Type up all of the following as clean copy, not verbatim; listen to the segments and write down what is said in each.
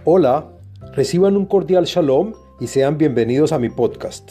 Hola, reciban un cordial shalom y sean bienvenidos a mi podcast.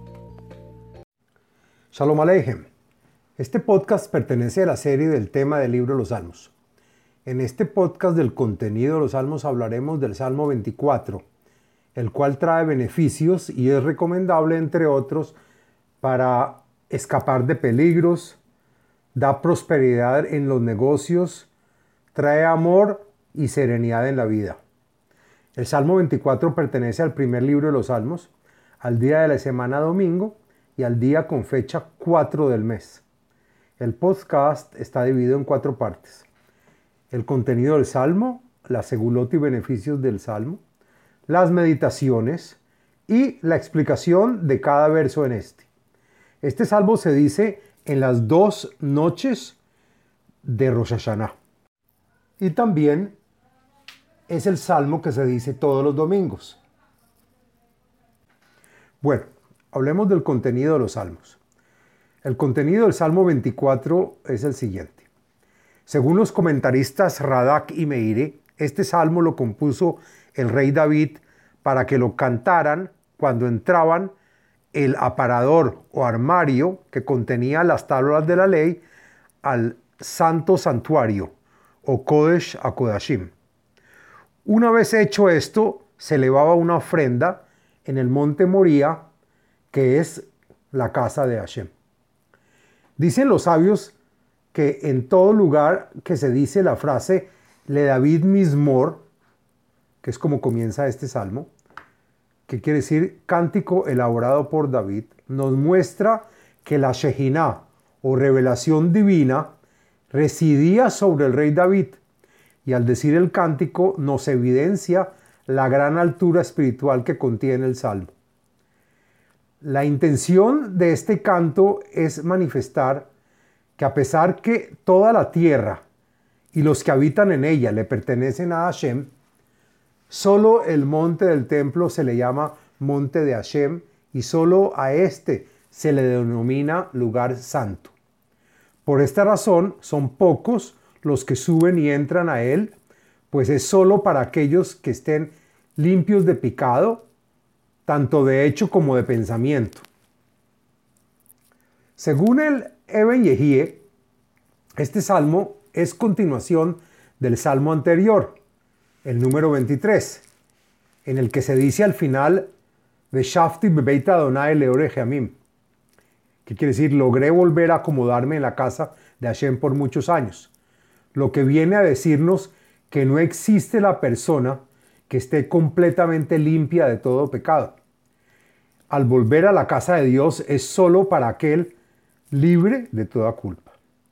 Shalom Aleichem. Este podcast pertenece a la serie del tema del libro de los Salmos. En este podcast del contenido de los Salmos hablaremos del Salmo 24, el cual trae beneficios y es recomendable, entre otros, para escapar de peligros, da prosperidad en los negocios, trae amor y serenidad en la vida. El Salmo 24 pertenece al primer libro de los Salmos, al día de la semana domingo y al día con fecha 4 del mes. El podcast está dividido en 4 partes. El contenido del Salmo, la segulot y beneficios del Salmo, las meditaciones y la explicación de cada verso en este. Este Salmo se dice en las 2 noches de Rosh Hashanah. Y también es el Salmo que se dice todos los domingos. Bueno, hablemos del contenido de los Salmos. El contenido del Salmo 24 es el siguiente. Según los comentaristas Radak y Meire, este Salmo lo compuso el rey David para que lo cantaran cuando entraban el aparador o armario que contenía las tablas de la ley al santo santuario o Kodesh HaKodashim. Una vez hecho esto, se elevaba una ofrenda en el monte Moría, que es la casa de Hashem. Dicen los sabios que en todo lugar que se dice la frase Le David Mismor, que es como comienza este salmo, que quiere decir cántico elaborado por David, nos muestra que la Shejinah o revelación divina residía sobre el rey David. Y al decir el cántico nos evidencia la gran altura espiritual que contiene el Salmo. La intención de este canto es manifestar que a pesar que toda la tierra y los que habitan en ella le pertenecen a Hashem, solo el monte del templo se le llama monte de Hashem y solo a este se le denomina lugar santo. Por esta razón son pocos los que suben y entran a él, pues es solo para aquellos que estén limpios de pecado, tanto de hecho como de pensamiento. Según el Eben Yehie, este salmo es continuación del salmo anterior, el número 23, en el que se dice al final, Veshafti bebeit Adonai leorech yamim, que quiere decir, logré volver a acomodarme en la casa de Hashem por muchos años. Lo que viene a decirnos que no existe la persona que esté completamente limpia de todo pecado. Al volver a la casa de Dios es solo para aquel libre de toda culpa.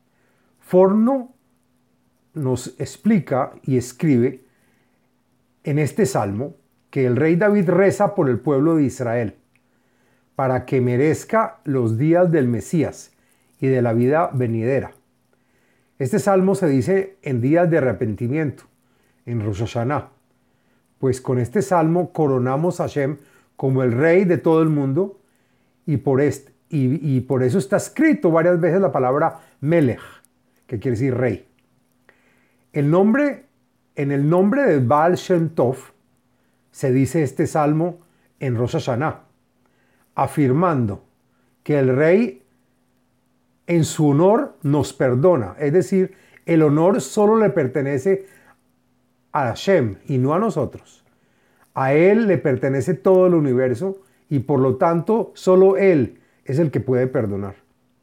Forno nos explica y escribe en este salmo que el rey David reza por el pueblo de Israel para que merezca los días del Mesías y de la vida venidera. Este salmo se dice en días de arrepentimiento, en Rosh Hashanah, pues con este salmo coronamos a Hashem como el rey de todo el mundo y por eso está escrito varias veces la palabra Melech, que quiere decir rey. En el nombre de Baal Shem Tov se dice este salmo en Rosh Hashanah, afirmando que el rey en su honor nos perdona, es decir, el honor solo le pertenece a Hashem y no a nosotros. A Él le pertenece todo el universo y por lo tanto solo Él es el que puede perdonar.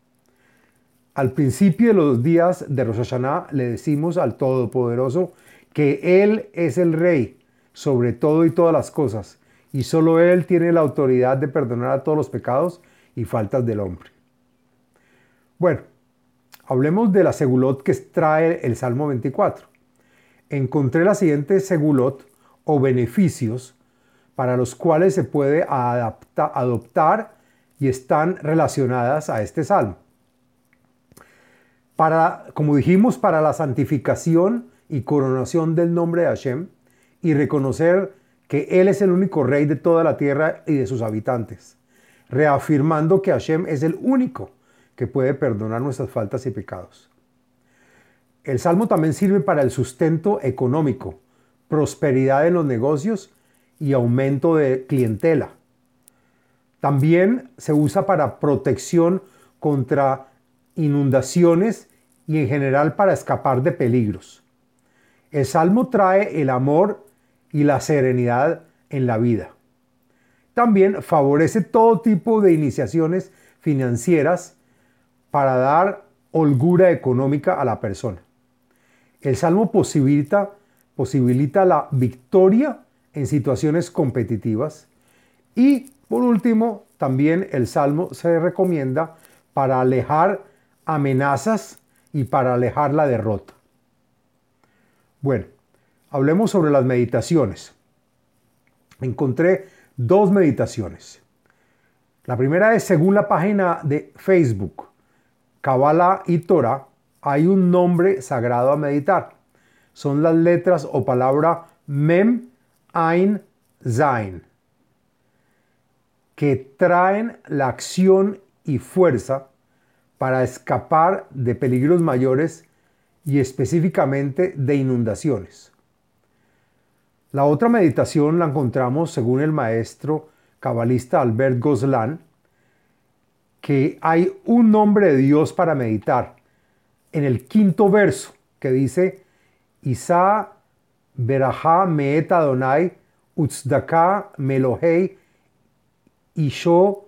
Al principio de los días de Rosh Hashanah le decimos al Todopoderoso que Él es el Rey sobre todo y todas las cosas y solo Él tiene la autoridad de perdonar a todos los pecados y faltas del hombre. Bueno, hablemos de la segulot que trae el Salmo 24. Encontré la siguiente segulot o beneficios para los cuales se puede adoptar y están relacionadas a este Salmo. Como dijimos, para la santificación y coronación del nombre de Hashem y reconocer que Él es el único Rey de toda la tierra y de sus habitantes, reafirmando que Hashem es el único que puede perdonar nuestras faltas y pecados. El Salmo también sirve para el sustento económico, prosperidad en los negocios y aumento de clientela. También se usa para protección contra inundaciones y en general para escapar de peligros. El salmo trae el amor y la serenidad en la vida. También favorece todo tipo de iniciaciones financieras para dar holgura económica a la persona. El salmo posibilita la victoria en situaciones competitivas y, por último, también el salmo se recomienda para alejar amenazas y para alejar la derrota. Bueno, hablemos sobre las meditaciones. Encontré 2 meditaciones. La primera es según la página de Facebook, Kabbalah y Torah, hay un nombre sagrado a meditar. Son las letras o palabra Mem, Ain, Zain, que traen la acción y fuerza para escapar de peligros mayores y específicamente de inundaciones. La otra meditación la encontramos según el maestro cabalista Albert Goslan, que hay un nombre de Dios para meditar en el 5º verso que dice Isa Berajá Meet Adonai Utzdaka Melohei Isho,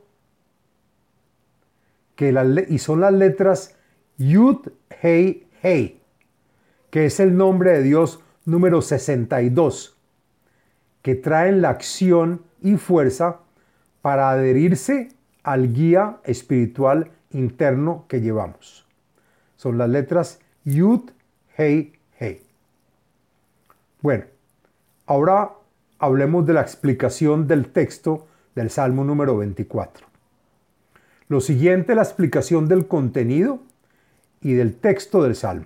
y son las letras Yud Hei Hei, que es el nombre de Dios número 62, que traen la acción y fuerza para adherirse al guía espiritual interno que llevamos. Son las letras Yud, Hei, Hei. Bueno, ahora hablemos de la explicación del texto del Salmo número 24. Lo siguiente es la explicación del contenido y del texto del Salmo.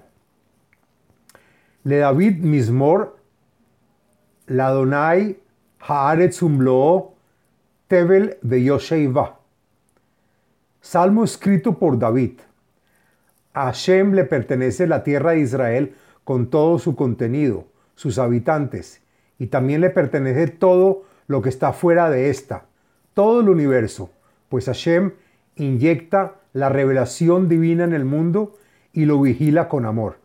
Le David Mismor, Ladonai Haaretz Umloo, Tevel Veyosheiva. Salmo escrito por David. A Hashem le pertenece la tierra de Israel con todo su contenido, sus habitantes, y también le pertenece todo lo que está fuera de esta, todo el universo, pues Hashem inyecta la revelación divina en el mundo y lo vigila con amor.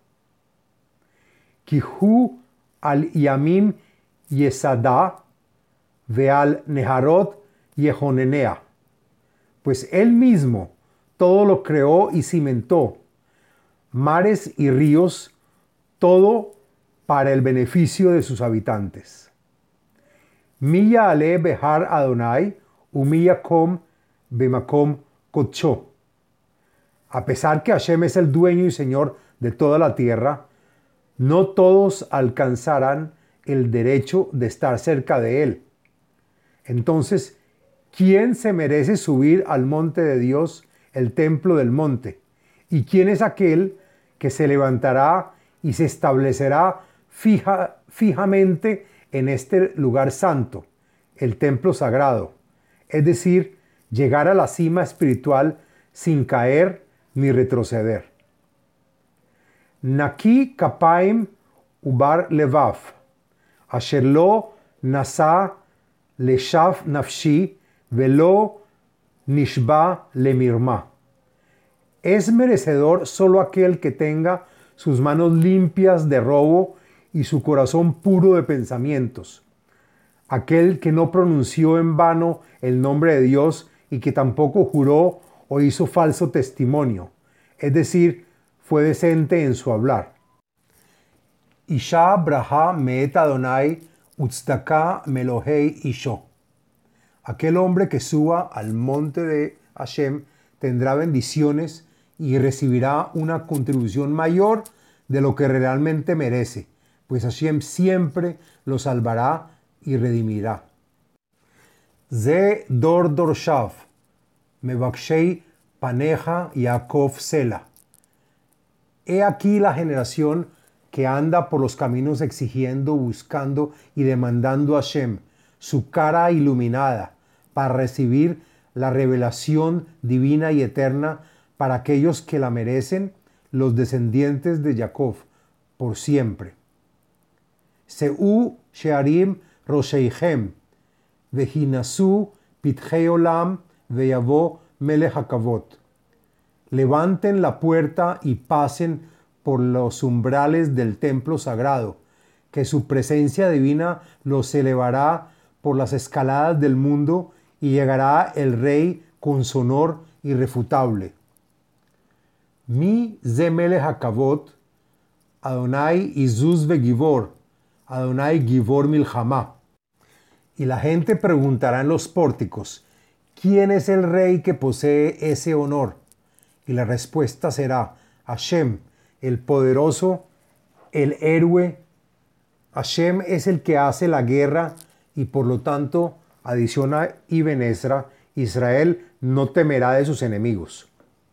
Kihu al Yamim Yesada veal Neharot Yehonenea, pues él mismo todo lo creó y cimentó, mares y ríos, todo para el beneficio de sus habitantes. Milla ale behar Adonai, umilla kom bemakom kocho. A pesar que Hashem es el dueño y señor de toda la tierra, no todos alcanzarán el derecho de estar cerca de él. Entonces, ¿quién se merece subir al monte de Dios, el templo del monte? ¿Y quién es aquel que se levantará y se establecerá fijamente en este lugar santo, el templo sagrado? Es decir, llegar a la cima espiritual sin caer ni retroceder. Naki kapaim ubar levav, asher lo nasa leshav nafshi velo nishba lemirma. Es merecedor solo aquel que tenga sus manos limpias de robo y su corazón puro de pensamientos. Aquel que no pronunció en vano el nombre de Dios y que tampoco juró o hizo falso testimonio, es decir, fue decente en su hablar. Isha braha meet Adonai utzdaka melohei isho. Aquel hombre que suba al monte de Hashem tendrá bendiciones y recibirá una contribución mayor de lo que realmente merece, pues Hashem siempre lo salvará y redimirá. Ze dor dorshav, mevakshei paneja Yaakov Sela. He aquí la generación que anda por los caminos exigiendo, buscando y demandando a Hashem, su cara iluminada, para recibir la revelación divina y eterna para aquellos que la merecen, los descendientes de Jacob, por siempre. Seu shearim rosheichem, vehinasu pitchei olam, veyavo melech hakavot. Levanten la puerta y pasen por los umbrales del templo sagrado, que su presencia divina los elevará por las escaladas del mundo y llegará el Rey con su honor irrefutable. Mi ze melech hakavot, Adonai Izuz veGivor, Adonai Givor Milchama. Y la gente preguntará en los pórticos, ¿quién es el rey que posee ese honor? Y la respuesta será, Hashem, el poderoso, el héroe. Hashem es el que hace la guerra y por lo tanto, adiciona Ibn Ezra, Israel no temerá de sus enemigos.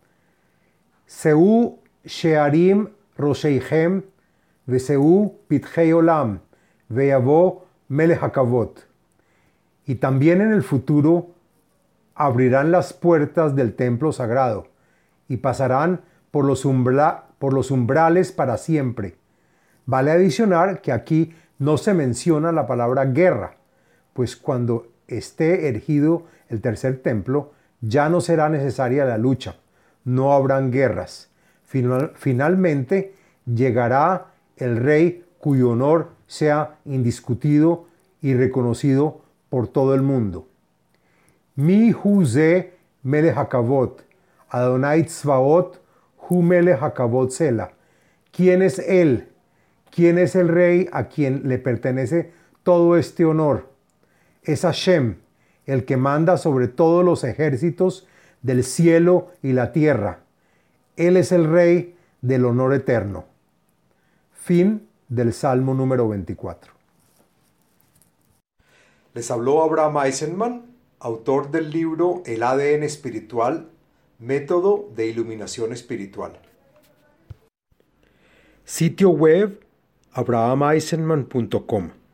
Seu shearim rosheichem, veseu pitchei olam, veyavo melech hakavot. Y también en el futuro abrirán las puertas del templo sagrado y pasarán por los umbrales para siempre. Vale adicionar que aquí no se menciona la palabra guerra, pues cuando esté erigido el tercer templo, ya no será necesaria la lucha, no habrán guerras. Finalmente llegará el rey cuyo honor sea indiscutido y reconocido por todo el mundo. Mi hu ze melech hakavot, Adonai tzvaot hu melech hakavot sela. ¿Quién es él? ¿Quién es el rey a quien le pertenece todo este honor? Es Hashem, el que manda sobre todos los ejércitos del cielo y la tierra. Él es el rey del honor eterno. Fin del Salmo número 24. Les habló Abraham Eisenman, autor del libro El ADN espiritual, método de iluminación espiritual. Sitio web abrahameisenman.com